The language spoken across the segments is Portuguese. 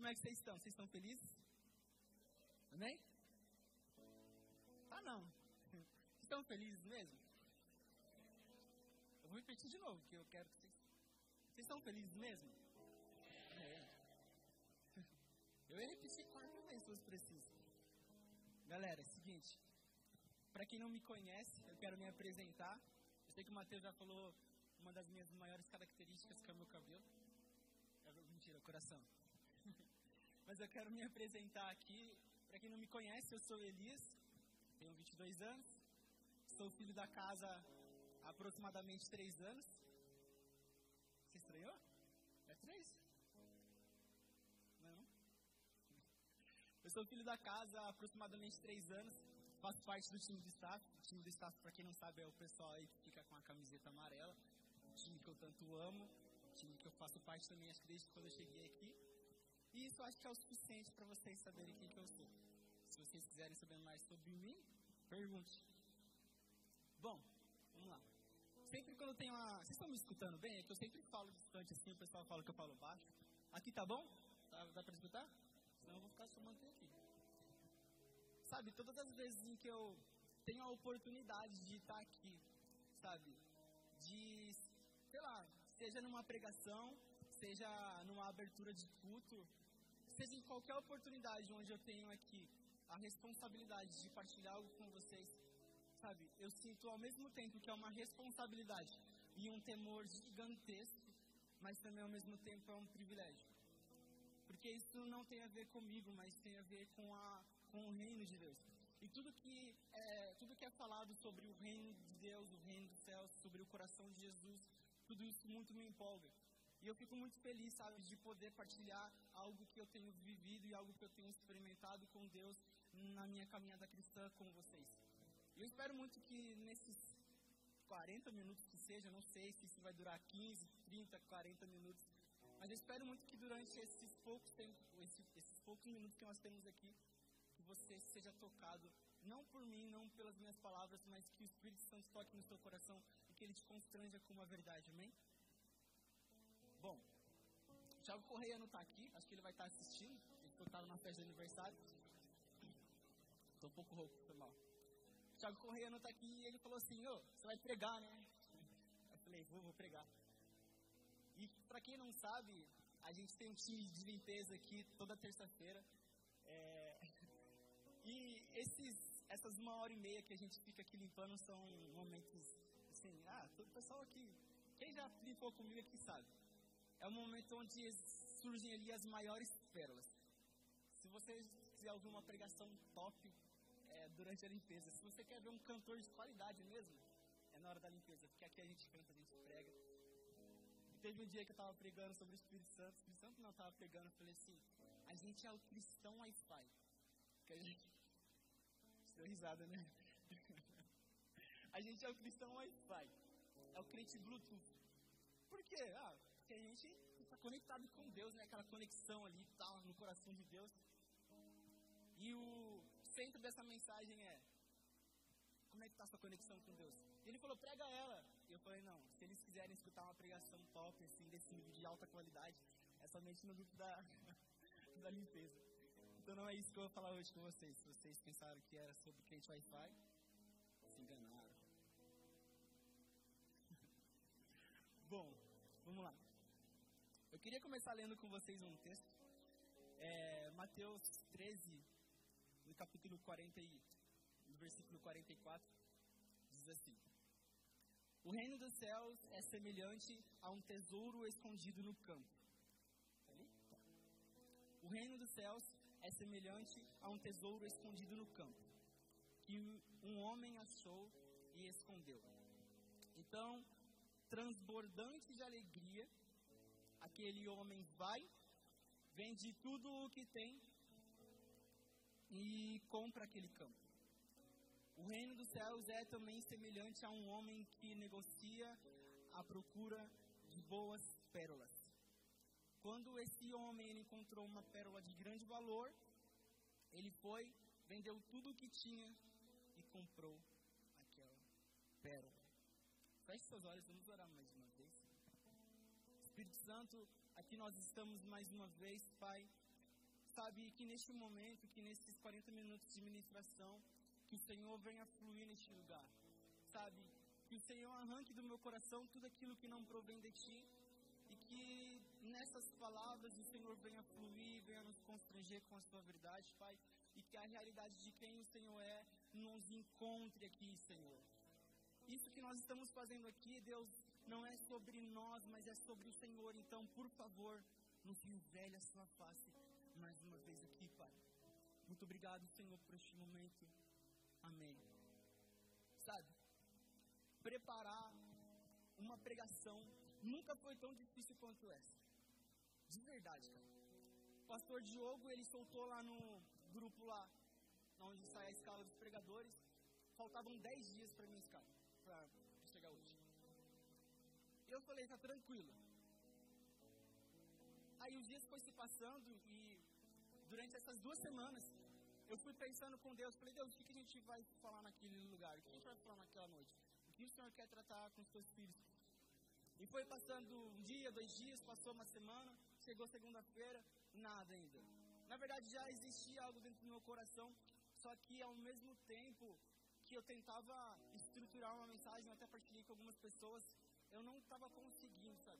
Como é que vocês estão? Vocês estão felizes? Amém? Ah, não. Vocês estão felizes mesmo? Eu vou repetir de novo, porque eu quero que vocês... Vocês estão felizes mesmo? É. Eu ia repetir 4 vezes se fosse preciso. Galera, é o seguinte. Pra quem não me conhece, eu quero me apresentar. Eu sei que o Matheus já falou uma das minhas maiores características, que é o meu cabelo. Mentira, coração. Mas eu quero me apresentar aqui. Pra quem não me conhece, eu sou Elias, tenho 22 anos. Sou filho da casa há aproximadamente 3 anos. Você estranhou? É 3? Não? Eu sou filho da casa há aproximadamente 3 anos. Faço parte do time do staff. O time do staff, pra quem não sabe, é o pessoal aí que fica com a camiseta amarela. O time que eu tanto amo. O time que eu faço parte também, acho que desde quando eu cheguei aqui. E isso acho que é o suficiente para vocês saberem quem que eu sou. Se vocês quiserem saber mais sobre mim, pergunte. Bom, vamos lá. Sempre quando eu tenho uma... Vocês estão me escutando bem? É que eu sempre falo distante assim, o pessoal fala que eu falo baixo. Aqui tá bom? Dá para escutar? Senão eu vou ficar só manter aqui. Sabe, todas as vezes em que eu tenho a oportunidade de estar aqui, sabe, de, sei lá, seja numa pregação, seja numa abertura de culto, seja em qualquer oportunidade onde eu tenho aqui a responsabilidade de partilhar algo com vocês, sabe, eu sinto ao mesmo tempo que é uma responsabilidade e um temor gigantesco, mas também ao mesmo tempo é um privilégio. Porque isso não tem a ver comigo, mas tem a ver com o reino de Deus. E tudo que é falado sobre o reino de Deus, o reino dos céus, sobre o coração de Jesus, tudo isso muito me empolga. E eu fico muito feliz, sabe, de poder partilhar algo que eu tenho vivido e algo que eu tenho experimentado com Deus na minha caminhada cristã com vocês. E eu espero muito que nesses 40 minutos que seja, não sei se isso vai durar 15, 30, 40 minutos, mas eu espero muito que durante esses poucos minutos que nós temos aqui, que você seja tocado, não por mim, não pelas minhas palavras, mas que o Espírito Santo toque no seu coração e que ele te constranja com uma verdade, amém? Bom, o Thiago Correia não está aqui, acho que ele vai estar assistindo, ele está na festa de aniversário. Estou um pouco rouco, foi mal. O Thiago Correia não está aqui e ele falou assim, você vai pregar, né? Eu falei, vou pregar. E para quem não sabe, a gente tem um time de limpeza aqui toda terça-feira. E essas 1h30 que a gente fica aqui limpando são momentos assim, todo o pessoal aqui, quem já limpou comigo aqui sabe. É um momento onde surgem ali as maiores pérolas. Se você quiser ouvir uma pregação top durante a limpeza, se você quer ver um cantor de qualidade mesmo, é na hora da limpeza, porque aqui a gente canta, a gente prega. E teve um dia que eu estava pregando sobre o Espírito Santo não estava pregando, eu falei assim, a gente é o cristão Wi-Fi. Que a gente... Deu risada, né? A gente é o cristão Wi-Fi, é o crente Bluetooth. Por quê? Porque a gente está conectado com Deus, né? Aquela conexão ali, tal, no coração de Deus. E o centro dessa mensagem é, como é que está a sua conexão com Deus? E ele falou, prega ela. E eu falei, não, se eles quiserem escutar uma pregação top, assim, desse nível de alta qualidade, é somente no grupo da limpeza. Então não é isso que eu vou falar hoje com vocês. Se vocês pensaram que era sobre crente Wi-Fi, se enganaram. Bom, vamos lá. Eu queria começar lendo com vocês um texto. Mateus 13, no capítulo 40, no versículo 44, diz assim: o reino dos céus é semelhante a um tesouro escondido no campo. Ali? O reino dos céus é semelhante a um tesouro escondido no campo, que um homem achou e escondeu. Então, transbordante de alegria, aquele homem vai, vende tudo o que tem e compra aquele campo. O reino dos céus é também semelhante a um homem que negocia à procura de boas pérolas. Quando esse homem ele encontrou uma pérola de grande valor, ele foi, vendeu tudo o que tinha e comprou aquela pérola. Feche seus olhos, vamos orar mais uma vez. Espírito Santo, aqui nós estamos mais uma vez, Pai, sabe, que neste momento, que nesses 40 minutos de ministração, que o Senhor venha fluir neste lugar, sabe, que o Senhor arranque do meu coração tudo aquilo que não provém de Ti, e que nessas palavras o Senhor venha fluir, venha nos constranger com a Sua verdade, Pai, e que a realidade de quem o Senhor é nos encontre aqui, Senhor. Isso que nós estamos fazendo aqui, Deus, não é sobre nós, mas é sobre o Senhor. Então, por favor, nos revele a Sua face mais uma vez aqui, Pai. Muito obrigado, Senhor, por este momento. Amém. Sabe, preparar uma pregação nunca foi tão difícil quanto essa. De verdade, cara. O pastor Diogo, ele soltou lá no grupo lá, onde sai a escala dos pregadores. Faltavam 10 dias para minha escala, para chegar hoje. E eu falei, tá tranquilo. Aí os dias foram se passando e durante essas 2 semanas eu fui pensando com Deus. Falei, Deus, o que a gente vai falar naquele lugar? O que a gente vai falar naquela noite? O que o Senhor quer tratar com os seus filhos? E foi passando um dia, 2 dias, passou uma semana, chegou segunda-feira, nada ainda. Na verdade já existia algo dentro do meu coração, só que ao mesmo tempo que eu tentava estruturar uma mensagem, eu até partilhei com algumas pessoas, eu não estava conseguindo, sabe?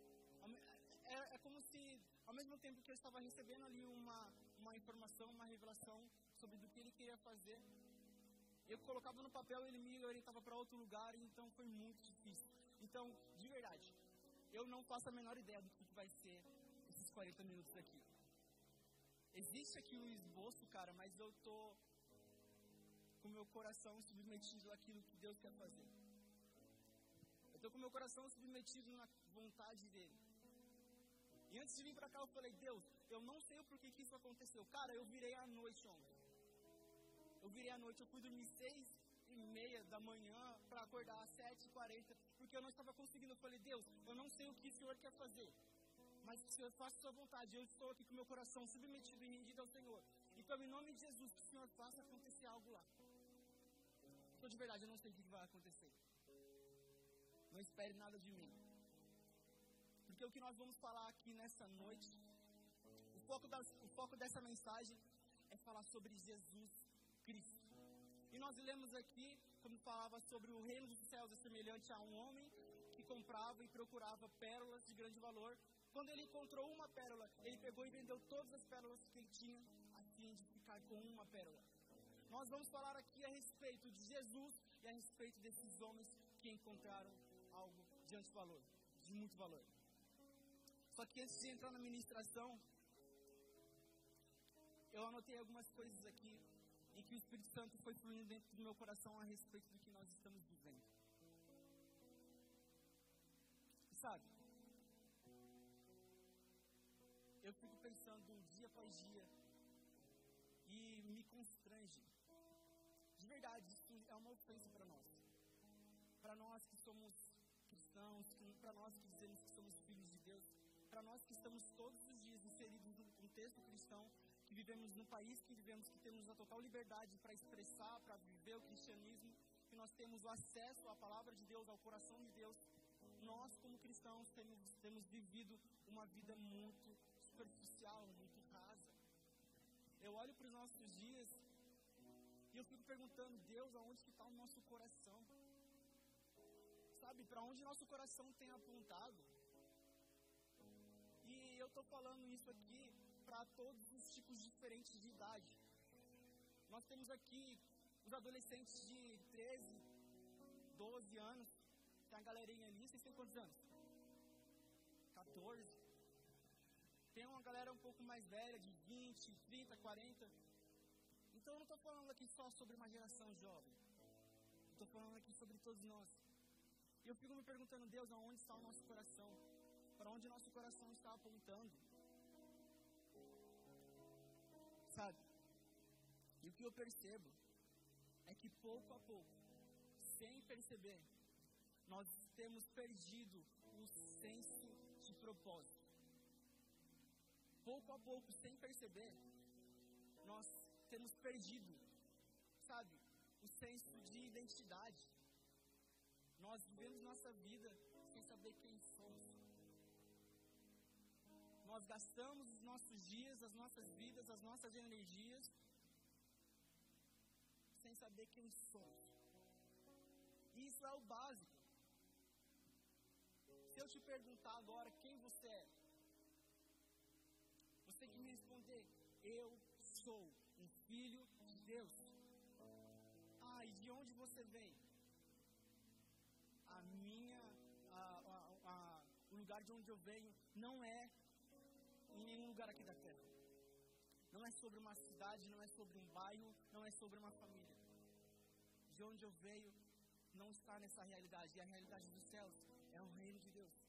É como se, ao mesmo tempo que eu estava recebendo ali uma informação, uma revelação sobre do que Ele queria fazer, eu colocava no papel, Ele me orientava para outro lugar, e então foi muito difícil. Então, de verdade, eu não faço a menor ideia do que vai ser esses 40 minutos aqui. Existe aqui um esboço, cara, mas eu tô com o meu coração submetido àquilo que Deus quer fazer. Eu tô com o meu coração submetido na vontade dEle. E antes de vir pra cá eu falei, Deus, eu não sei o porquê que isso aconteceu. Cara, eu virei à noite ontem. Eu fui dormir 6:30 da manhã para acordar às 7:40, porque eu não estava conseguindo. Eu falei, Deus, eu não sei o que o Senhor quer fazer, mas que o Senhor faça a sua vontade. Eu estou aqui com o meu coração submetido e rendido ao Senhor. Então, em nome de Jesus, que o Senhor faça acontecer algo lá. Então, de verdade, eu não sei o que vai acontecer. Não espere nada de mim. Porque o que nós vamos falar aqui nessa noite, o foco dessa mensagem é falar sobre Jesus Cristo. E nós lemos aqui, como falava sobre o reino dos céus é semelhante a um homem que comprava e procurava pérolas de grande valor. Quando ele encontrou uma pérola, ele pegou e vendeu todas as pérolas que ele tinha, a fim de ficar com uma pérola. Nós vamos falar aqui a respeito de Jesus e a respeito desses homens que encontraram algo de alto valor, de muito valor. Só que antes de entrar na ministração, eu anotei algumas coisas aqui e que o Espírito Santo foi fluindo dentro do meu coração a respeito do que nós estamos vivendo. Sabe, eu fico pensando dia após dia e me constrange. De verdade, isso é uma ofensa para nós. Para nós que somos cristãos, para nós que dizemos que somos filhos de Deus, para nós que estamos todos os dias inseridos no contexto cristão, que vivemos no país que vivemos, que temos a total liberdade para expressar, para viver o cristianismo, que nós temos o acesso à palavra de Deus, ao coração de Deus. Nós, como cristãos, temos vivido uma vida muito superficial, muito rasa. Eu olho para os nossos dias e eu fico perguntando, Deus, aonde que está o nosso coração? Sabe, para onde nosso coração tem apontado? E eu estou falando isso aqui para todos os tipos diferentes de idade. Nós temos aqui os adolescentes de 13, 12 anos. Tem a galerinha ali, vocês têm quantos anos? 14. Tem uma galera um pouco mais velha, de 20, 30, 40. Então eu não estou falando aqui só sobre uma geração jovem. Estou falando aqui sobre todos nós. E eu fico me perguntando, Deus, aonde está o nosso coração? Para onde nosso coração está apontando? Sabe? E o que eu percebo é que pouco a pouco, sem perceber, nós temos perdido o senso de propósito. Pouco a pouco, sem perceber, nós temos perdido, sabe, o senso de identidade. Nós vivemos nossa vida sem saber quem somos. Nós gastamos os nossos dias, as nossas vidas, as nossas energias sem saber quem somos. Isso é o básico. Se eu te perguntar agora quem você é, você tem que me responder: eu sou um filho de Deus. Ah, e de onde você vem? O lugar de onde eu venho não é em nenhum lugar aqui da terra. Não é sobre uma cidade, não é sobre um bairro, não é sobre uma família. De onde eu venho não está nessa realidade. E a realidade dos céus é o reino de Deus.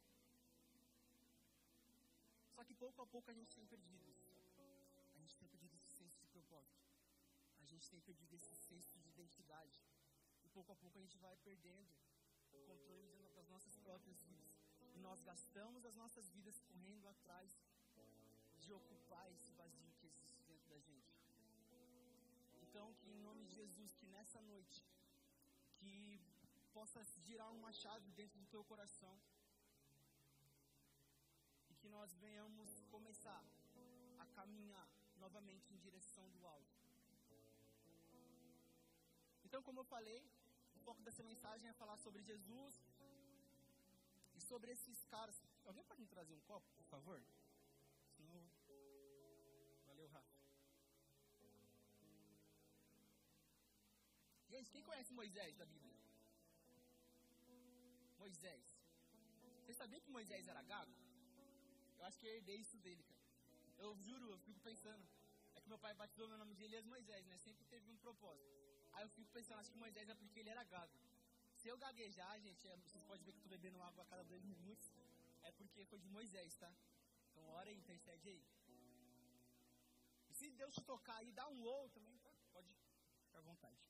Só que pouco a pouco a gente tem perdido isso. A gente tem perdido esse senso de propósito. A gente tem perdido esse senso de identidade. E pouco a pouco a gente vai perdendo o controle das nossas próprias vidas. E nós gastamos as nossas vidas correndo atrás de ocupar esse vazio que existe dentro da gente. Então, que em nome de Jesus, que nessa noite, que possa girar uma chave dentro do teu coração e que nós venhamos começar a caminhar novamente em direção do alvo. Então, como eu falei, o foco dessa mensagem é falar sobre Jesus e sobre esses caras. Alguém pode me trazer um copo, por favor? Senão... Valeu, Rafa. Gente, quem conhece Moisés da Bíblia? Moisés. Você sabia que Moisés era gago? Eu acho que eu herdei isso dele, cara. Eu juro, eu fico pensando. É que meu pai batizou meu nome de Elias Moisés, né? Sempre teve um propósito. Aí eu fico pensando, acho que Moisés é porque ele era gago. Se eu gaguejar, gente, vocês podem ver que eu tô bebendo água a cada 2 minutos. É porque foi de Moisés, tá? Então ora aí, intercede aí. E se Deus te tocar aí, dá um ou também, tá? Pode ficar à vontade.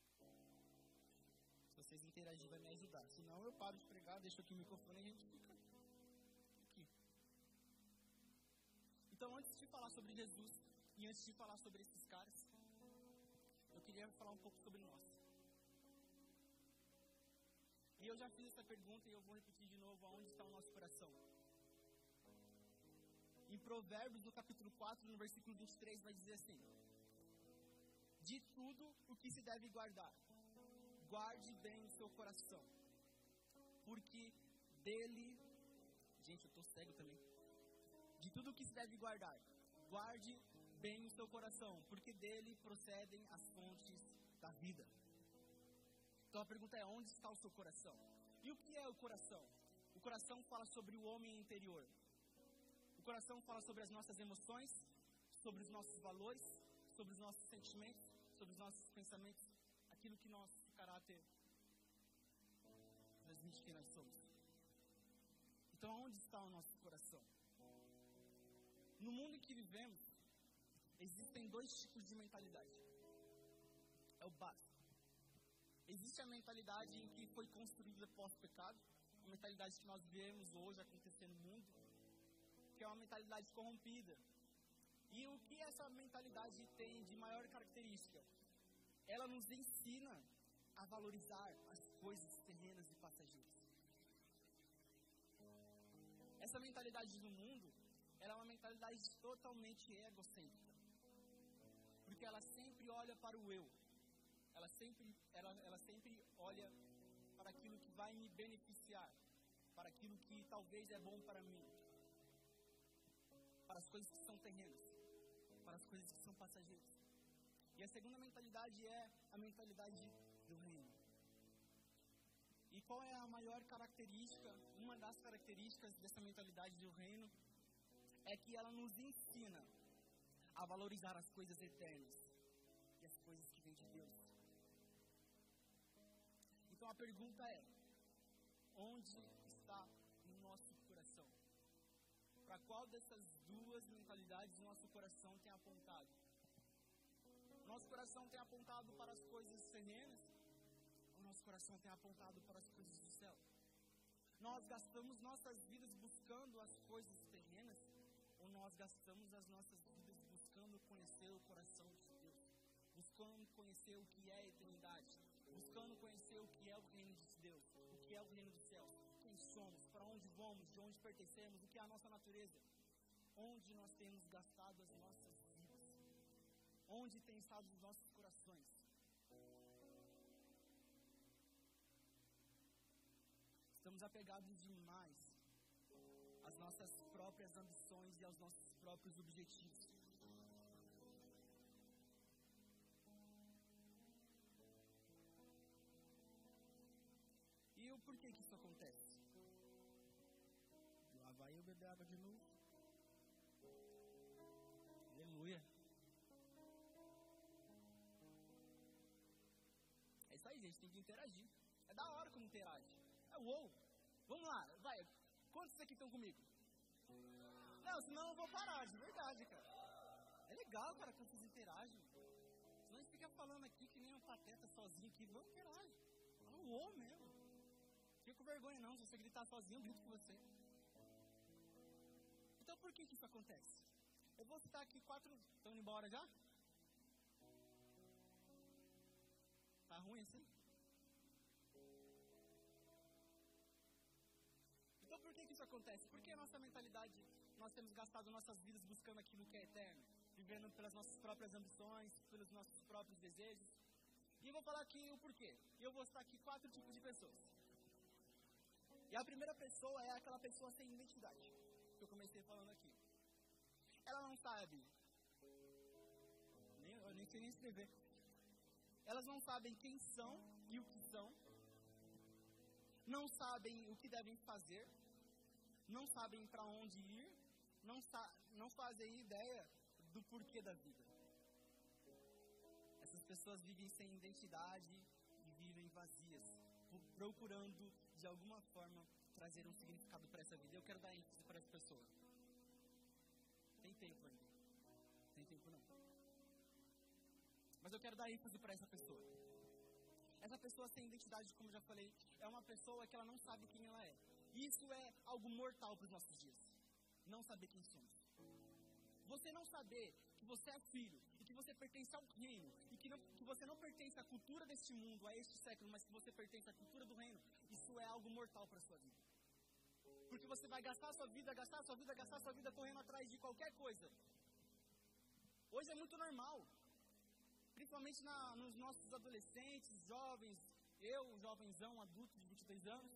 Se vocês interagirem, vai me ajudar. Senão eu paro de pregar, deixo aqui o microfone e a gente fica aqui. Então, antes de falar sobre Jesus e antes de falar sobre esses caras, eu queria falar um pouco sobre nós. E eu já fiz essa pergunta e eu vou repetir de novo: aonde está o nosso coração? Em Provérbios, no capítulo 4, no versículo 23, vai dizer assim: de tudo o que se deve guardar, guarde bem o seu coração, porque dele... Gente, eu tô cego também. De tudo o que se deve guardar, guarde bem o seu coração, porque dele procedem as fontes da vida. Então a pergunta é: onde está o seu coração? E o que é o coração? O coração fala sobre o homem interior. O coração fala sobre as nossas emoções, sobre os nossos valores, sobre os nossos sentimentos, sobre os nossos pensamentos, aquilo que nosso caráter transmite quem nós somos. Então, onde está o nosso coração? No mundo em que vivemos, existem 2 tipos de mentalidade. É o básico. Existe a mentalidade em que foi construída pós-pecado, a mentalidade que nós vemos hoje acontecer no mundo, que é uma mentalidade corrompida. E o que essa mentalidade tem de maior característica? Ela nos ensina a valorizar as coisas terrenas e passageiras. Essa mentalidade do mundo, ela é uma mentalidade totalmente egocêntrica. Porque ela sempre olha para o eu. Ela sempre olha para aquilo que vai me beneficiar, para aquilo que talvez é bom para mim, para as coisas que são terrenas, para as coisas que são passageiras. E a segunda mentalidade é a mentalidade do reino. E qual é a maior característica? Uma das características dessa mentalidade do reino é que ela nos ensina a valorizar as coisas eternas e as coisas que vêm de Deus. Então a pergunta é: onde está o nosso coração? Para qual dessas 2 mentalidades o nosso coração tem apontado? Nosso coração tem apontado para as coisas terrenas, ou nosso coração tem apontado para as coisas do céu? Nós gastamos nossas vidas buscando as coisas terrenas, ou nós gastamos as nossas vidas buscando conhecer o coração de Deus, buscando conhecer o que é a eternidade, buscando conhecer o que é o reino de Deus, o que é o reino dos céus, quem somos, para onde vamos, de onde pertencemos, o que é a nossa natureza? onde nós temos gastado as nossas vidas, onde tem estado os nossos corações. Estamos apegados demais às nossas próprias ambições e aos nossos próprios objetivos. E o porquê que isso acontece? Lá vai eu beber água de novo. Aleluia. É isso aí, gente, tem que interagir. É da hora como interage. É uou. Vamos lá, vai. Quantos aqui estão comigo? Não, senão eu vou parar, de verdade, cara. É legal, cara, quando vocês interagem. Senão a gente fica falando aqui que nem um pateta sozinho aqui. Vamos interagir. Fala uou mesmo. Fica com vergonha não, se você gritar sozinho, eu grito com você. Então por que isso acontece? Eu vou citar aqui 4... Estão indo embora já? Tá ruim assim? Então por que isso acontece? Porque a nossa mentalidade, nós temos gastado nossas vidas buscando aquilo que é eterno, vivendo pelas nossas próprias ambições, pelos nossos próprios desejos. E eu vou falar aqui o porquê. E eu vou citar aqui 4 tipos de pessoas. E a primeira pessoa é aquela pessoa sem identidade, que eu comecei falando aqui. Ela não sabe, eu nem sei nem escrever. Elas não sabem quem são e o que são. Não sabem o que devem fazer. Não sabem para onde ir. Não fazem ideia do porquê da vida. Essas pessoas vivem sem identidade e vivem vazias, procurando de alguma forma trazer um significado para essa vida. Eu quero dar ênfase para essa pessoa. Tem tempo ainda. Tem tempo não. Mas eu quero dar ênfase para essa pessoa. Essa pessoa sem identidade, como eu já falei, é uma pessoa que ela não sabe quem ela é. E isso é algo mortal para os nossos dias. Não saber quem somos. Você não saber que você é filho e que você pertence ao reino e que você não pertence à cultura deste mundo, a este século, mas que você pertence à cultura do reino, isso é algo mortal para a sua vida. Porque você vai gastar a sua vida correndo atrás de qualquer coisa. Hoje é muito normal. Principalmente nos nossos adolescentes, jovens, eu, jovenzão, adulto de 22 anos.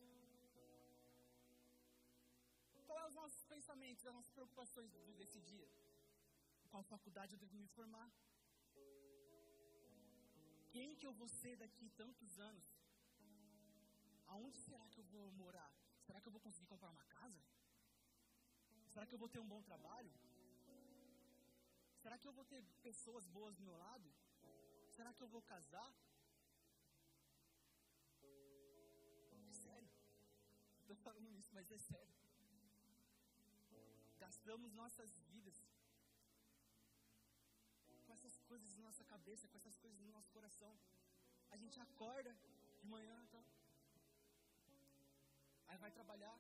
Qual é os nossos pensamentos, as nossas preocupações desse dia? Qual faculdade eu devo me formar? Quem que eu vou ser daqui tantos anos? Aonde será que eu vou morar? Será que eu vou conseguir comprar uma casa? Será que eu vou ter um bom trabalho? Será que eu vou ter pessoas boas do meu lado? Será que eu vou casar? É sério? Estou falando isso, mas é sério. Gastamos nossas vidas com essas coisas na nossa cabeça, com essas coisas no nosso coração. A gente acorda de manhã, então, aí vai trabalhar.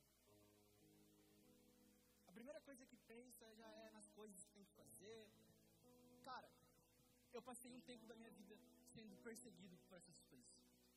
A primeira coisa que pensa já é nas coisas que tem que fazer. Cara, eu passei um tempo da minha vida sendo perseguido por essas coisas.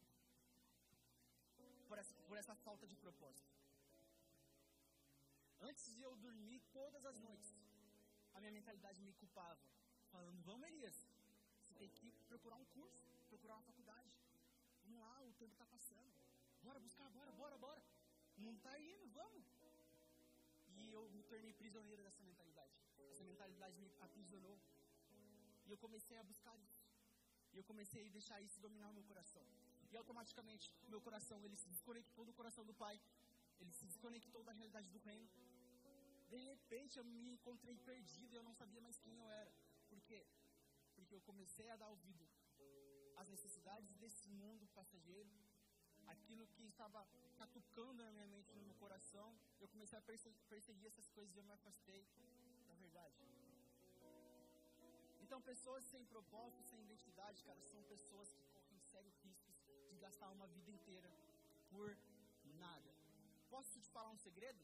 Por essa falta de propósito. Antes de eu dormir todas as noites, a minha mentalidade me culpava. Falando, vamos Elias, você tem que procurar um curso, procurar uma faculdade. Vamos lá, o tempo está passando. Bora buscar, bora. Não está indo, vamos. E eu me tornei prisioneiro dessa mentalidade. Essa mentalidade me aprisionou. E eu comecei a buscar isso. E eu comecei a deixar isso dominar o meu coração. E automaticamente, o meu coração, ele se desconectou do coração do Pai. Ele se desconectou da realidade do reino. De repente, eu me encontrei perdido e eu não sabia mais quem eu era. Por quê? Porque eu comecei a dar ouvido às necessidades desse mundo passageiro. Aquilo que estava catucando na minha mente, no meu coração. Eu comecei a perseguir essas coisas e eu me afastei da verdade. Então, pessoas sem propósito, sem identidade, cara, são pessoas que correm sérios riscos de gastar uma vida inteira por nada. Posso te falar um segredo?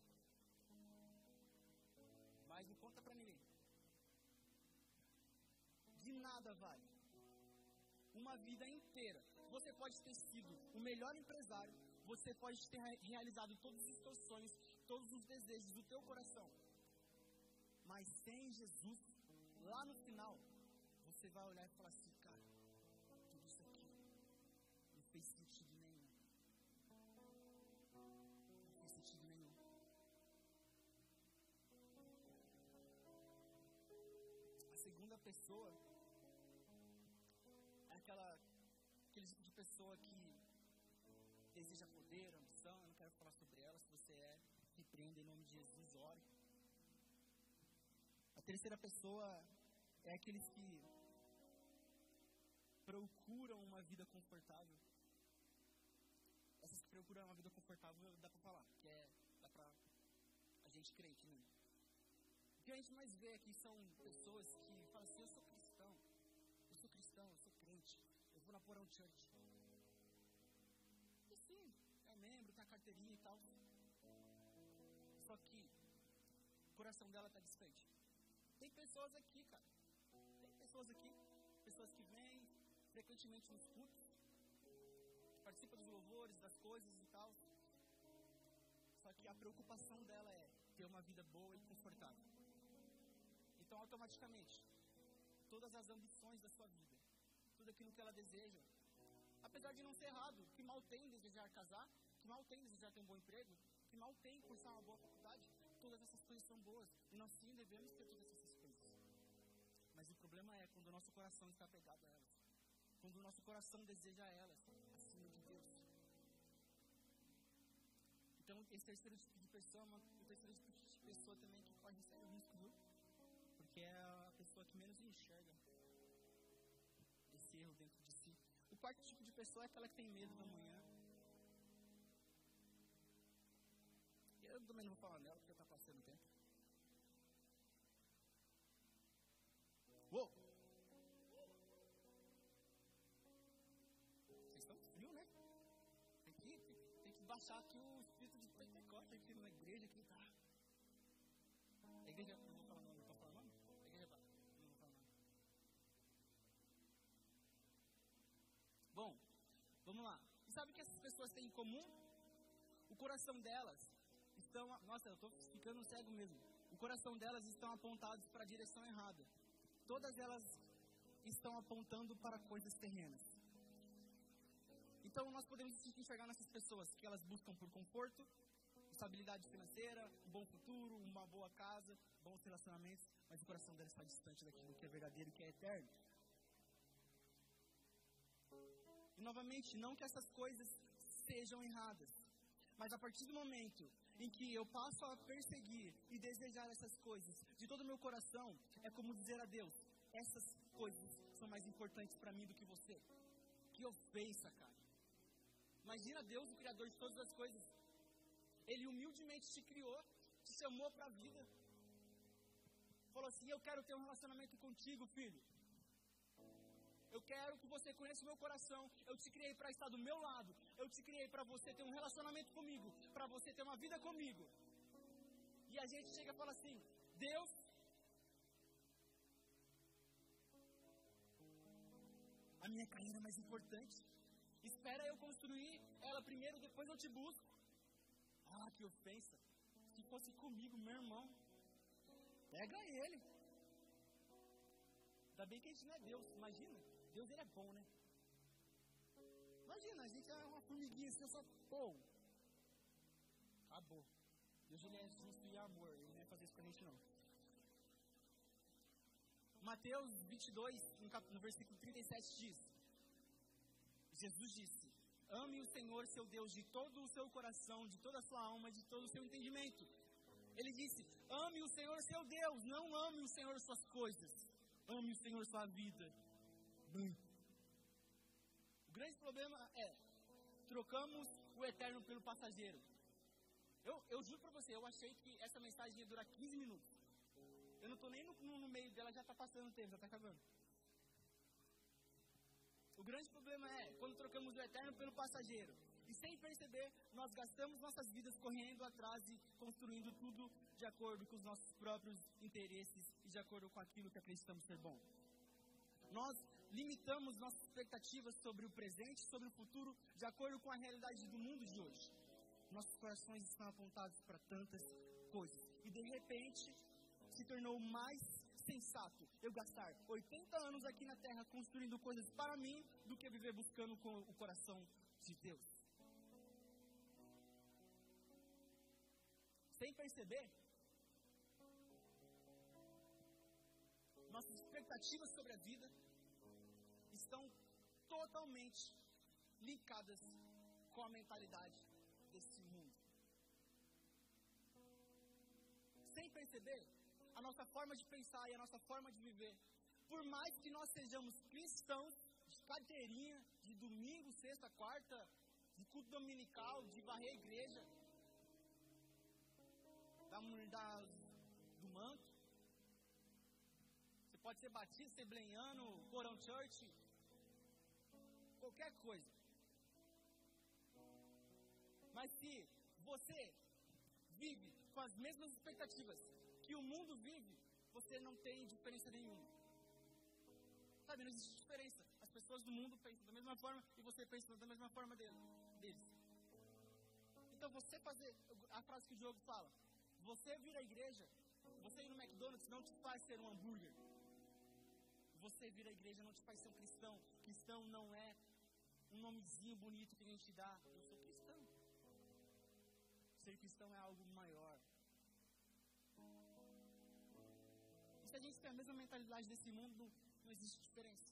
Mas não conta pra ninguém. De nada vale. Uma vida inteira. Você pode ter sido o melhor empresário, você pode ter realizado todos os seus sonhos, todos os desejos do teu coração. Mas sem Jesus, lá no final, você vai olhar e falar assim, cara, tudo isso aqui não fez sentido nenhum. Não fez sentido nenhum. A segunda pessoa é aquele tipo de pessoa que deseja poder, ambição. Eu não quero falar sobre ela. Se você repreenda em nome de Jesus, ore. A terceira pessoa é aqueles que procuram uma vida confortável. Essas que procuram uma vida confortável, dá pra falar, dá pra a gente crente, né? O que a gente mais vê aqui são pessoas que falam assim, eu sou cristão, eu sou crente, eu vou na Porão Church. E sim, é membro, tem a carteirinha e tal. Só que o coração dela tá distante. Tem pessoas aqui, cara. Pessoas que vêm frequentemente nos cultos, que participam dos louvores, das coisas e tal. Só que a preocupação dela é ter uma vida boa e confortável. Então, automaticamente, todas as ambições da sua vida, tudo aquilo que ela deseja, apesar de não ser errado, que mal tem desejar casar, que mal tem desejar ter um bom emprego, que mal tem cursar uma boa faculdade, todas essas coisas são boas. E nós sim devemos ter todas essas coisas. Mas o problema é quando o nosso coração está apegado a elas. Quando o nosso coração deseja elas acima de Deus. Então, esse terceiro tipo de pessoa é o terceiro tipo de pessoa também que corre sério risco, viu? Porque é a pessoa que menos enxerga esse erro dentro de si. O quarto tipo de pessoa é aquela que tem medo da manhã. Eu também não vou falar nela porque está passando o tempo. Uou! Vocês estão frios, né? Tem que baixar aqui o espírito de Pentecostes aqui na igreja. Aqui, tá? A igreja, não vou falar nome, não posso falar nome? A igreja, não vou falar nome. Bom, vamos lá. E sabe o que essas pessoas têm em comum? O coração delas estão... Nossa, eu estou ficando cego mesmo. O coração delas estão apontados para a direção errada. Todas elas estão apontando para coisas terrenas. Então nós podemos enxergar nessas pessoas que elas buscam por conforto, estabilidade financeira, um bom futuro, uma boa casa, bons relacionamentos, mas o coração delas está distante daquilo que é verdadeiro e que é eterno. E novamente, não que essas coisas sejam erradas, mas a partir do momento em que eu passo a perseguir e desejar essas coisas de todo o meu coração, é como dizer a Deus, essas coisas são mais importantes para mim do que você. Que ofensa, cara. Imagina Deus, o Criador de todas as coisas. Ele humildemente te criou, te chamou para a vida. Falou assim, eu quero ter um relacionamento contigo, filho. Eu quero que você conheça o meu coração. Eu te criei para estar do meu lado. Eu te criei para você ter um relacionamento comigo. Para você ter uma vida comigo. E a gente chega e fala assim, Deus, a minha carreira é mais importante. Espera eu construir ela primeiro, depois eu te busco. Ah, que ofensa. Se fosse comigo, meu irmão, pega ele. Ainda bem que a gente não é Deus, imagina. Deus, ele é bom, né? Imagina, a gente é uma formiguinha, assim, só, pô, acabou. Deus, ele é justo e amor, ele não vai fazer isso com a gente, não. Mateus 22, no versículo 37 diz, Jesus disse, ame o Senhor, seu Deus, de todo o seu coração, de toda a sua alma, de todo o seu entendimento. Ele disse, ame o Senhor, seu Deus, não ame o Senhor suas coisas. Ame o Senhor sua vida. O grande problema é, trocamos o eterno pelo passageiro. Eu juro pra você, eu achei que essa mensagem ia durar 15 minutos. Eu não tô nem no meio dela, já tá passando o tempo, já tá acabando. O grande problema é, quando trocamos o eterno pelo passageiro, e sem perceber, nós gastamos nossas vidas correndo atrás e construindo tudo de acordo com os nossos próprios interesses e de acordo com aquilo que acreditamos ser bom. Nós limitamos nossas expectativas sobre o presente, sobre o futuro, de acordo com a realidade do mundo de hoje. Nossos corações estão apontados para tantas coisas. E de repente, se tornou mais sensato eu gastar 80 anos aqui na terra construindo coisas para mim do que viver buscando com o coração de Deus. Sem perceber, nossas expectativas sobre a vida estão totalmente linkadas com a mentalidade desse mundo. Sem perceber, a nossa forma de pensar e a nossa forma de viver, por mais que nós sejamos cristãos, de carteirinha, de domingo, sexta, quarta, de culto dominical, de varrer a igreja, do manto, você pode ser batista, assembleiano, Corão Church, qualquer coisa. Mas se você vive com as mesmas expectativas que o mundo vive, você não tem diferença nenhuma. Sabe, não existe diferença. As pessoas do mundo pensam da mesma forma e você pensa da mesma forma deles. Então você fazer, a frase que o Diogo fala, você vir à igreja, você ir no McDonald's não te faz ser um hambúrguer. Você vir à igreja não te faz ser um cristão. Cristão não é um nomezinho bonito que a gente dá. Eu sou cristão. Ser cristão é algo maior. E se a gente tem a mesma mentalidade desse mundo, não existe diferença.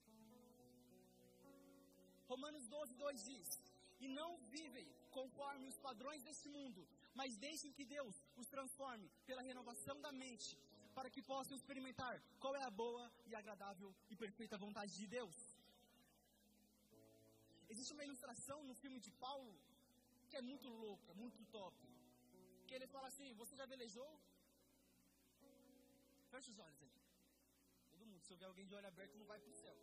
Romanos 12:2 diz: e não vivem conforme os padrões deste mundo, mas deixem que Deus os transforme pela renovação da mente, para que possam experimentar qual é a boa e agradável e perfeita vontade de Deus. Existe uma ilustração no filme de Paulo que é muito louca, muito top. Que ele fala assim: você já velejou? Fecha os olhos ali. Todo mundo, se houver alguém de olho aberto, não vai para o céu.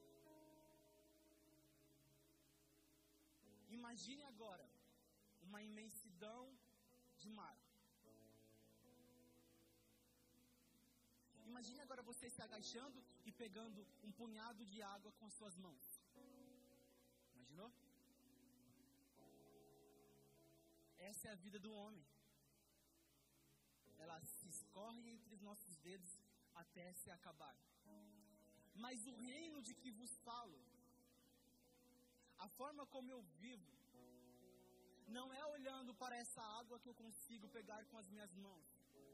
Imagine agora uma imensidão de mar. Imagine agora você se agachando e pegando um punhado de água com as suas mãos. Imaginou? Essa é a vida do homem. Ela se escorre entre os nossos dedos até se acabar. Mas o reino de que vos falo, a forma como eu vivo, não é olhando para essa água que eu consigo pegar com as minhas mãos,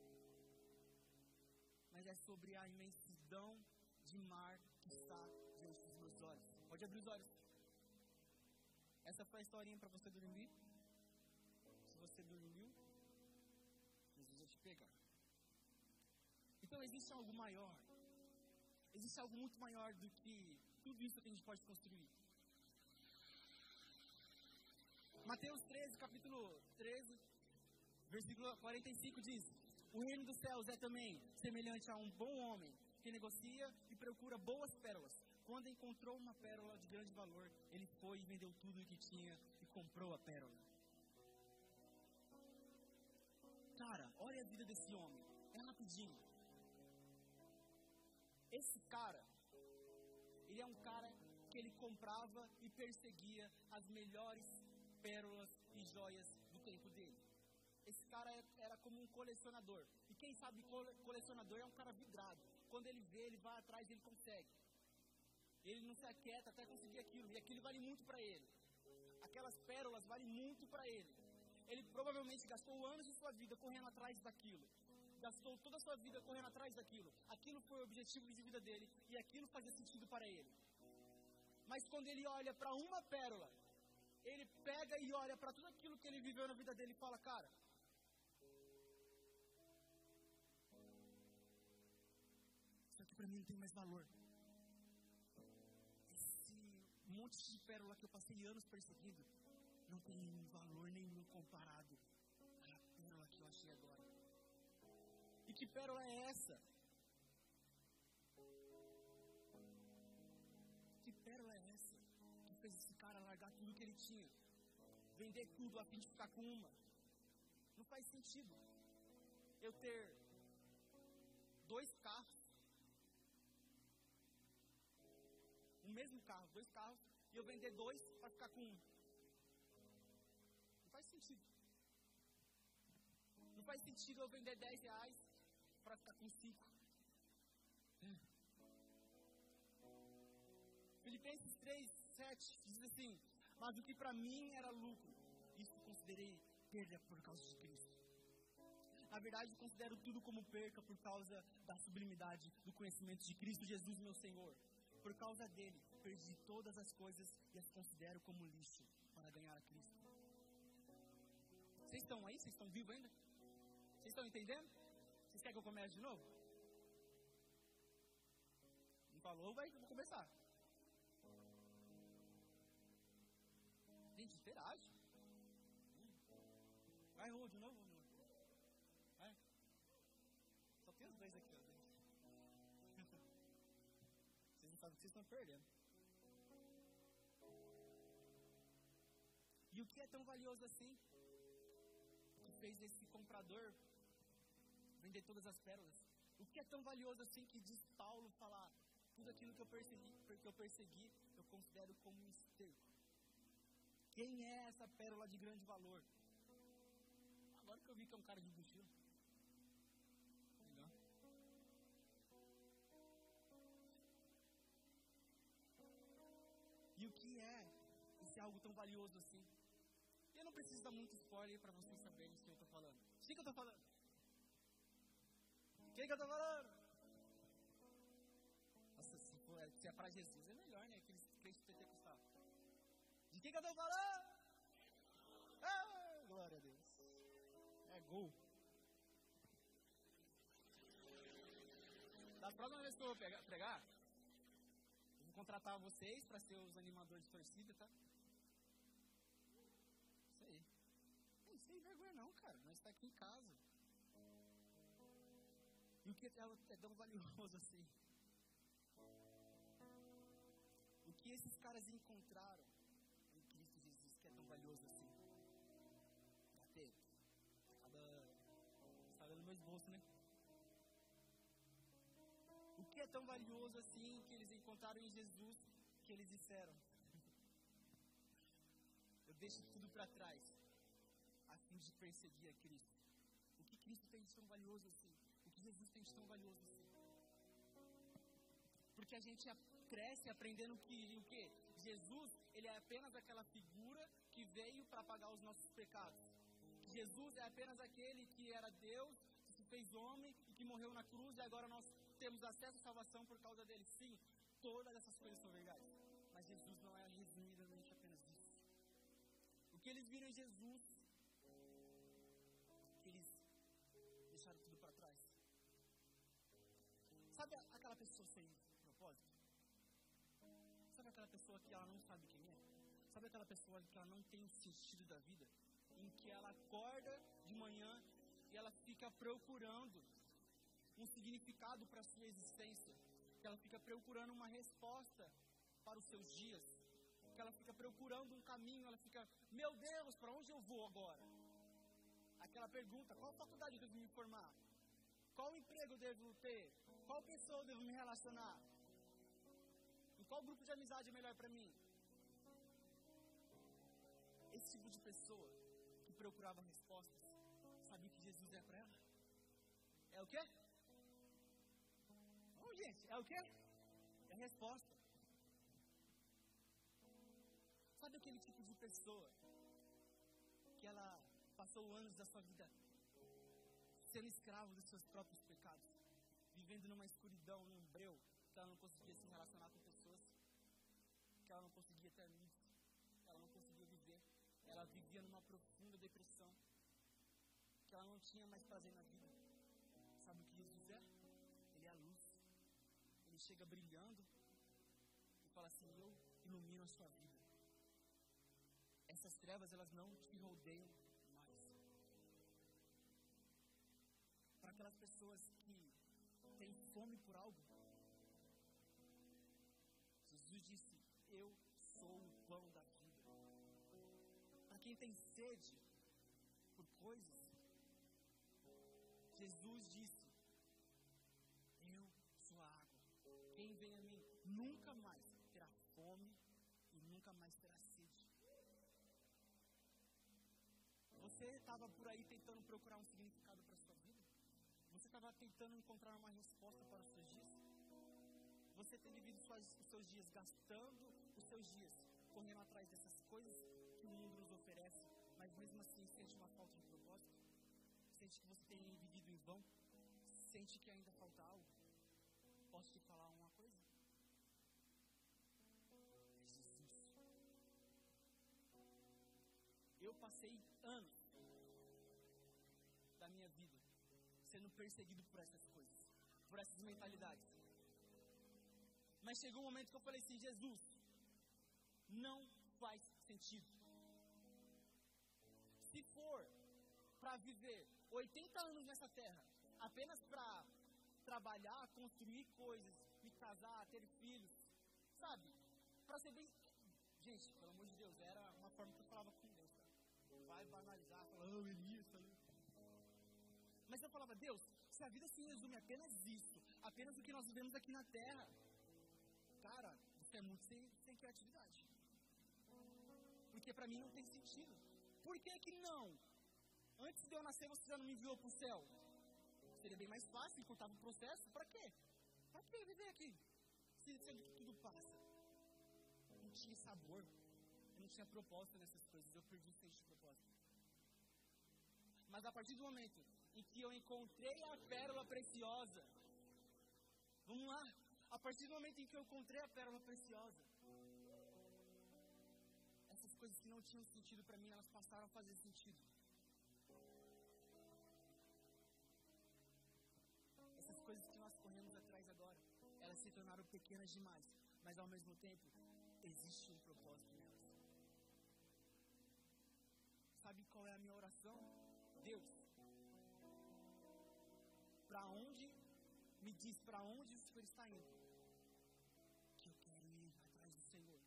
mas é sobre a imensidão de mar que está diante dos meus olhos. Pode abrir os olhos. Essa foi a historinha para você dormir. Se você dormiu, Jesus vai te pegar. Então existe algo maior. Existe algo muito maior do que tudo isso que a gente pode construir. Mateus 13, capítulo 13, versículo 45 diz: o reino dos céus é também semelhante a um bom homem que negocia e procura boas pérolas. Quando encontrou uma pérola de grande valor, ele foi e vendeu tudo o que tinha e comprou a pérola. Cara, olha a vida desse homem. É rapidinho. Esse cara, ele é um cara que ele comprava e perseguia as melhores pérolas e joias do tempo dele. Esse cara era como um colecionador. E quem sabe colecionador é um cara vidrado. Quando ele vê, ele vai atrás e ele consegue. Ele não se aquieta até conseguir aquilo. E aquilo vale muito para ele. Aquelas pérolas valem muito para ele. Ele provavelmente gastou anos de sua vida correndo atrás daquilo. Gastou toda a sua vida correndo atrás daquilo. Aquilo foi o objetivo de vida dele. E aquilo fazia sentido para ele. Mas quando ele olha para uma pérola, ele pega e olha para tudo aquilo que ele viveu na vida dele e fala: cara, isso aqui para mim não tem mais valor. Esse monte de pérola que eu passei anos perseguindo não tem valor nenhum comparado à pérola que eu achei agora. E que pérola é essa? Que pérola é essa que fez esse cara largar tudo que ele tinha, vender tudo a fim de ficar com uma? Não faz sentido eu ter 2 carros, o mesmo carro, 2 carros, e eu vender 2 para ficar com um. Não faz sentido. Não faz sentido eu vender R$10 para ficar com 5. Filipenses 3:7 diz assim: mas o que para mim era lucro, isso considerei perda por causa de Cristo. Na verdade, considero tudo como perca por causa da sublimidade do conhecimento de Cristo Jesus, meu Senhor. Por causa dele, perdi todas as coisas e as considero como lixo para ganhar a Cristo. Vocês estão aí? Vocês estão vivos ainda? Vocês estão entendendo? Vocês querem que eu comece de novo? Não falou, vou começar. Gente, interage. Vai, Rô, de novo. Vai. Só tem os dois aqui, ó. Vocês não sabem o que vocês estão perdendo. E o que é tão valioso assim que fez esse comprador vender todas as pérolas? O que é tão valioso assim que diz Paulo falar: tudo aquilo que eu persegui, eu considero como um esterco. Quem é essa pérola de grande valor? Agora que eu vi que é um cara de mochila. Legal. E o que é esse algo tão valioso assim? Eu não preciso dar muito spoiler para vocês saberem de quem eu estou falando. De quem que eu estou falando? Quem que eu estou falando? Nossa, se é para Jesus é melhor, né? Aqueles crentes pentecostais. De quem que eu estou falando? Ah, glória a Deus. É gol. Da próxima vez que eu vou pregar, eu vou contratar vocês para ser os animadores de torcida, tá? Isso aí. Não sem vergonha não, cara. Nós estamos aqui em casa. E o que é tão valioso assim? O que esses caras encontraram em Cristo Jesus que é tão valioso assim? Bater. Está dando meu esboço, né? O que é tão valioso assim que eles encontraram em Jesus que eles disseram: eu deixo tudo para trás a fim de perseguir a Cristo. O que Cristo tem de tão valioso assim? O que Jesus tem de tão valioso assim? Porque a gente cresce aprendendo que o quê? Jesus, ele é apenas aquela figura que veio para pagar os nossos pecados. Jesus é apenas aquele que era Deus, que se fez homem e que morreu na cruz, e agora nós temos acesso à salvação por causa dele. Sim, todas essas coisas são verdades. Mas Jesus não é resumidamente apenas isso. O que eles viram em Jesus, que eles deixaram tudo para trás. Sabe aquela pessoa sem propósito? Sabe aquela pessoa que ela não sabe quem é? Sabe aquela pessoa que ela não tem o sentido da vida? Em que ela acorda de manhã e ela fica procurando um significado para a sua existência. Que ela fica procurando uma resposta para os seus dias. Que ela fica procurando um caminho. Ela fica, meu Deus, para onde eu vou agora? Aquela pergunta: qual faculdade eu devo me formar? Qual emprego eu devo ter? Qual pessoa eu devo me relacionar? Em qual grupo de amizade é melhor para mim? Esse tipo de pessoa que procurava respostas, sabia o que Jesus é para ela? É o quê? Vamos, gente, é o quê? É a resposta. Sabe aquele tipo de pessoa que ela passou anos da sua vida sendo escravo dos seus próprios pecados, vivendo numa escuridão, num breu, que ela não conseguia se relacionar com pessoas, que ela não conseguia ter amigos, que ela não conseguia viver, ela vivia numa profunda depressão, que ela não tinha mais prazer na vida. Sabe o que Jesus é? Ele é a luz. Ele chega brilhando e fala assim: eu ilumino a sua vida. Essas trevas, elas não te rodeiam mais. Para aquelas pessoas que têm fome por algo, Jesus disse: eu sou o pão da vida. Para quem tem sede por coisas, Jesus disse: eu sou a água. Quem vem a mim nunca mais terá fome e nunca mais terá sede. Você estava por aí tentando procurar um significado para a sua vida? Você estava tentando encontrar uma resposta para os seus dias? ter vivido os seus dias gastando os seus dias correndo atrás dessas coisas que o mundo nos oferece, mas mesmo assim sente uma falta de propósito? Sente que você tem vivido em vão? Sente que ainda falta algo? Posso te falar uma coisa? É Jesus. Eu passei anos da minha vida sendo perseguido por essas coisas, por essas mentalidades. Mas chegou um momento que eu falei assim: Jesus, não faz sentido. Se for para viver 80 anos nessa terra, apenas para trabalhar, construir coisas, me casar, ter filhos, sabe? Para ser bem... Gente, pelo amor de Deus, era uma forma que eu falava com Deus, cara. Vai banalizar, falar, Elias, tá ali. Mas eu falava: Deus, se a vida se resume apenas isso, apenas o que nós vivemos aqui na terra, cara, isso é muito sem criatividade. Porque pra mim não tem sentido. Por que que não? Antes de eu nascer, você já não me enviou pro céu? Seria bem mais fácil, encurtava o processo. Pra quê? Pra que viver aqui? Sendo que tudo passa. Não tinha sabor. Eu não tinha propósito nessas coisas. Eu perdi o senso de propósito. Mas a partir do momento em que eu encontrei a pérola preciosa, vamos lá, a partir do momento em que eu encontrei a pérola preciosa, essas coisas que não tinham sentido para mim, elas passaram a fazer sentido. Essas coisas que nós corremos atrás agora, elas se tornaram pequenas demais, mas ao mesmo tempo, existe um propósito nelas. Sabe qual é a minha oração? Deus, me diz para onde o Senhor está indo, que eu quero ir atrás do Senhor.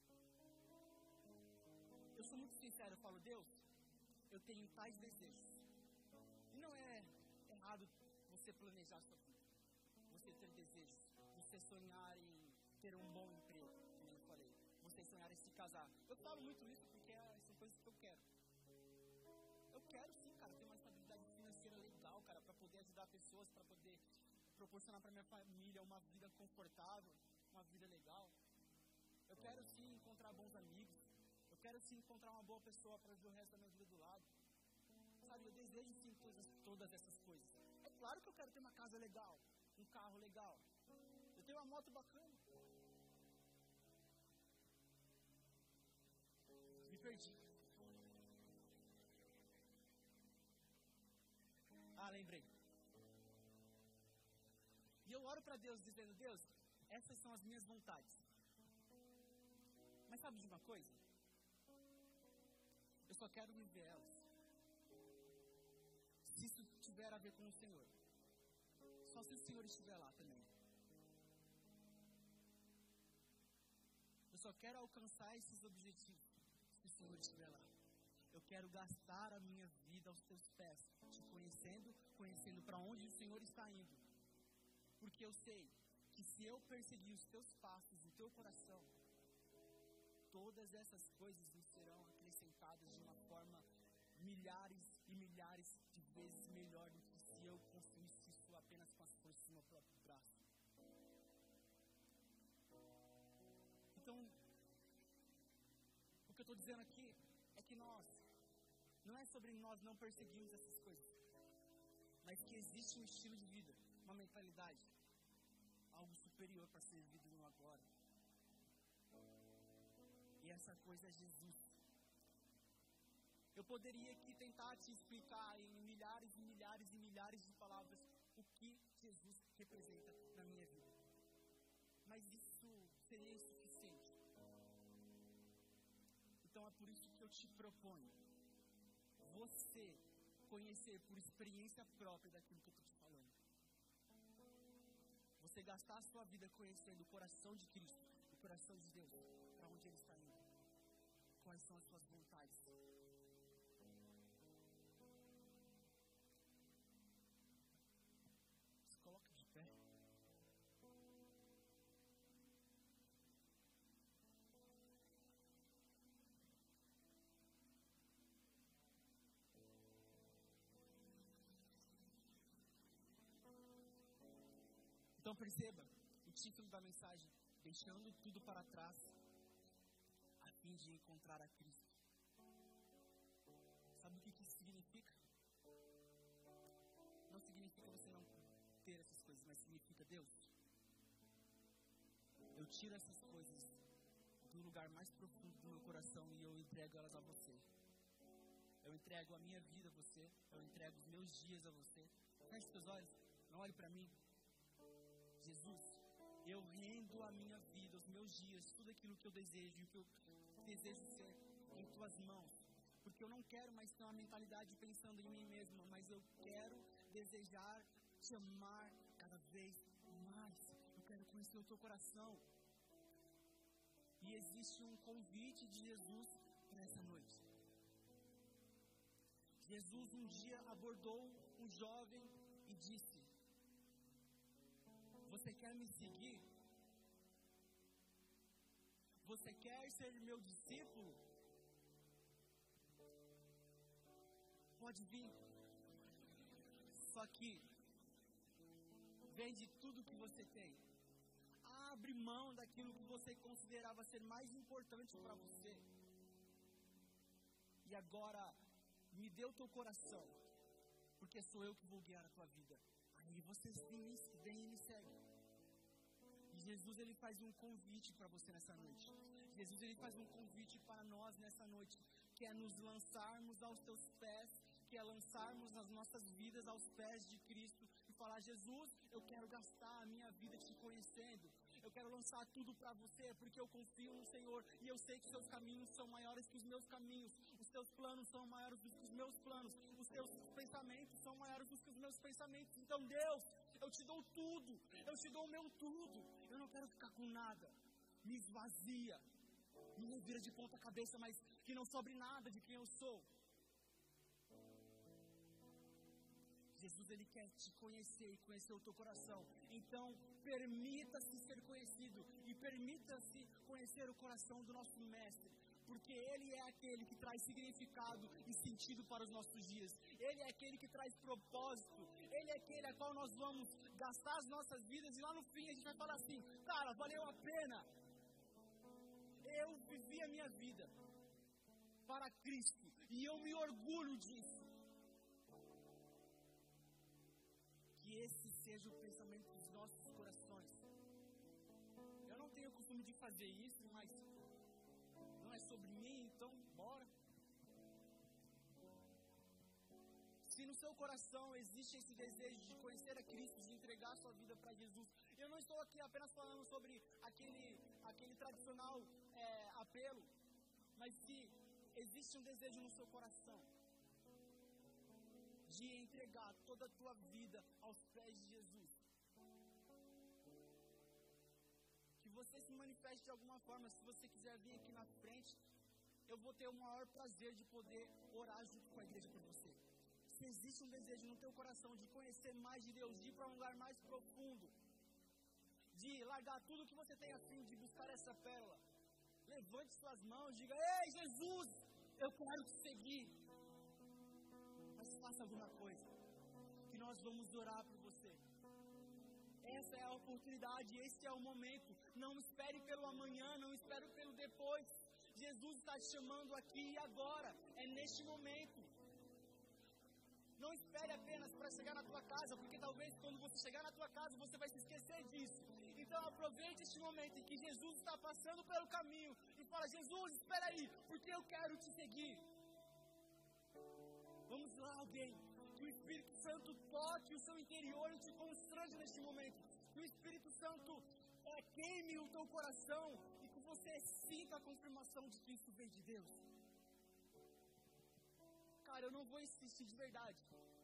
Eu sou muito sincero, eu falo: Deus, eu tenho tais desejos. E não é errado você planejar a sua vida, você ter desejos, você sonhar em ter um bom emprego, como eu falei, você sonhar em se casar. Eu falo muito isso porque são coisas que eu quero. Eu quero sim, cara, ter uma estabilidade financeira legal, cara, para poder ajudar pessoas, para poder proporcionar para minha família uma vida confortável, uma vida legal. Eu quero sim encontrar bons amigos. Eu quero sim encontrar uma boa pessoa para viver o resto da minha vida do lado. Sabe, eu desejo sim todas essas coisas. É claro que eu quero ter uma casa legal, um carro legal. Eu tenho uma moto bacana. Me perdi. Lembrei. E eu oro para Deus dizendo: Deus, essas são as minhas vontades. Mas sabe de uma coisa? Eu só quero viver elas se isso tiver a ver com o Senhor. Só se o Senhor estiver lá também. Eu só quero alcançar esses objetivos se o Senhor estiver lá. Eu quero gastar a minha vida aos teus pés, te conhecendo para onde o Senhor está indo. Porque eu sei que se eu perseguir os teus passos, o teu coração, todas essas coisas me serão acrescentadas de uma forma milhares e milhares de vezes melhor do que se eu construísse isso apenas com as forças do meu próprio braço. Então, o que eu estou dizendo aqui é que não é sobre nós não perseguirmos essas coisas, mas que existe um estilo de vida, uma mentalidade, algo superior para ser vivido no agora. E essa coisa é Jesus. Eu poderia aqui tentar te explicar em milhares e milhares e milhares de palavras o que Jesus representa na minha vida. Mas isso seria insuficiente. Então é por isso que eu te proponho você conhecer por experiência própria daquilo que eu estou te falando. Você gastar a sua vida conhecendo o coração de Cristo, o coração de Deus, para onde Ele está indo. Quais são as suas vontades. Se coloque de pé. Então perceba, o título da mensagem, deixando tudo para trás, a fim de encontrar a Cristo. Sabe o que isso significa? Não significa você não ter essas coisas, mas significa, Deus, eu tiro essas coisas do lugar mais profundo do meu coração e eu entrego elas a você. Eu entrego a minha vida a você, eu entrego os meus dias a você. Feche seus olhos, não olhe para mim. Jesus, eu rendo a minha vida, os meus dias, tudo aquilo que eu desejo e o que eu desejo ser em tuas mãos. Porque eu não quero mais ter uma mentalidade pensando em mim mesmo, mas eu quero desejar te amar cada vez mais. Eu quero conhecer o teu coração. E existe um convite de Jesus para essa noite. Jesus um dia abordou um jovem e disse: você quer me seguir? Você quer ser meu discípulo? Pode vir. Só que vende tudo que você tem. Abre mão daquilo que você considerava ser mais importante para você. E agora, me dê o teu coração, porque sou eu que vou guiar a tua vida. Aí você vem e me segue. E Jesus, ele faz um convite para você nessa noite. Jesus, ele faz um convite para nós nessa noite, que é nos lançarmos aos teus pés, que é lançarmos as nossas vidas aos pés de Cristo e falar: Jesus, eu quero gastar a minha vida te conhecendo. Eu quero lançar tudo para você, porque eu confio no Senhor e eu sei que seus caminhos são maiores que os meus caminhos, os teus planos são maiores do que os meus planos, os teus pensamentos são maiores do que os meus pensamentos. Então, Deus, eu te dou tudo, eu te dou o meu tudo. Eu não quero ficar com nada. Me esvazia, me revira de ponta cabeça, mas que não sobre nada de quem eu sou. Jesus, ele quer te conhecer e conhecer o teu coração. Então, permita-se ser conhecido e permita-se conhecer o coração do nosso Mestre, porque Ele é aquele que traz significado e sentido para os nossos dias. Ele é aquele que traz propósito. Ele é aquele a qual nós vamos gastar as nossas vidas e lá no fim a gente vai falar assim: cara, valeu a pena. Eu vivi a minha vida para Cristo e eu me orgulho disso. Que esse seja o pensamento dos nossos corações. Eu não tenho o costume de fazer isso, mas não é sobre mim, então bora. Se no seu coração existe esse desejo de conhecer a Cristo, de entregar a sua vida para Jesus, eu não estou aqui apenas falando sobre aquele tradicional apelo, mas se existe um desejo no seu coração de entregar toda a tua vida aos pés de Jesus, que você se manifeste de alguma forma. Se você quiser vir aqui na frente, eu vou ter o maior prazer de poder orar junto com a igreja por você. Se existe um desejo no teu coração de conhecer mais de Deus, de ir para um lugar mais profundo, de largar tudo que você tem a fim de buscar essa pérola, levante suas mãos e diga: ei, Jesus, eu quero te seguir. Mas faça alguma coisa, que nós vamos orar por você. Essa é a oportunidade, esse é o momento. Não espere pelo amanhã, não espere pelo depois. Jesus está te chamando aqui e agora, é neste momento. Não espere apenas para chegar na tua casa, porque talvez quando você chegar na tua casa, você vai se esquecer disso. Então aproveite este momento em que Jesus está passando pelo caminho e fala: Jesus, espera aí, porque eu quero te seguir. Vamos lá, alguém. Que o Espírito Santo toque o seu interior e te constrange neste momento. Que o Espírito Santo queime o teu coração e que você sinta a confirmação de que isso vem de Deus. Cara, eu não vou insistir de verdade.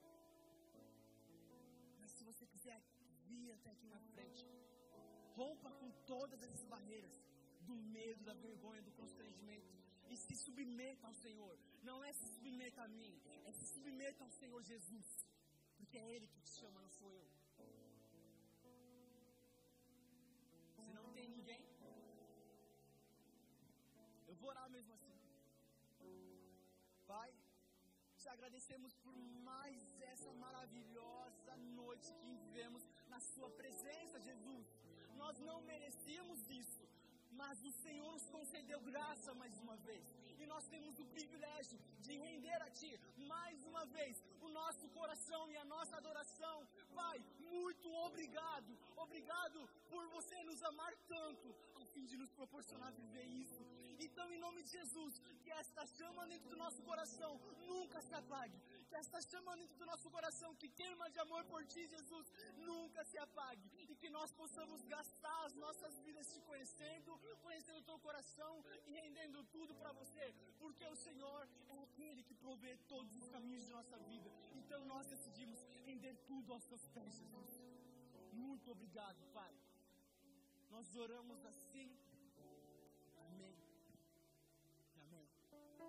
Mas se você quiser vir até aqui na frente, rompa com todas essas barreiras do medo, da vergonha, do constrangimento e se submeta ao Senhor. Não é se submeta a mim, é se submeta ao Senhor Jesus, porque é Ele que te chama, não sou eu. Se não tem ninguém, eu vou orar mesmo assim. Pai, te agradecemos por mais essa maravilhosa noite que vivemos na sua presença, Jesus. nós não merecíamos isso, mas o Senhor nos concedeu graça mais uma vez. E nós temos o privilégio de render a Ti mais uma vez o nosso coração e a nossa adoração. Pai, muito obrigado. Obrigado por você nos amar tanto, a fim de nos proporcionar viver isso. Então, em nome de Jesus, que esta chama dentro do nosso coração nunca se apague. Que esta chama dentro do nosso coração, que queima de amor por Ti, Jesus, nunca se apague. E que nós possamos gastar as nossas vidas Te conhecendo o Teu coração e rendendo tudo para Você. Porque o Senhor é aquele que provê todos os caminhos de nossa vida. Então nós decidimos render tudo aos Teus pés, Jesus. Muito obrigado, Pai. Nós oramos assim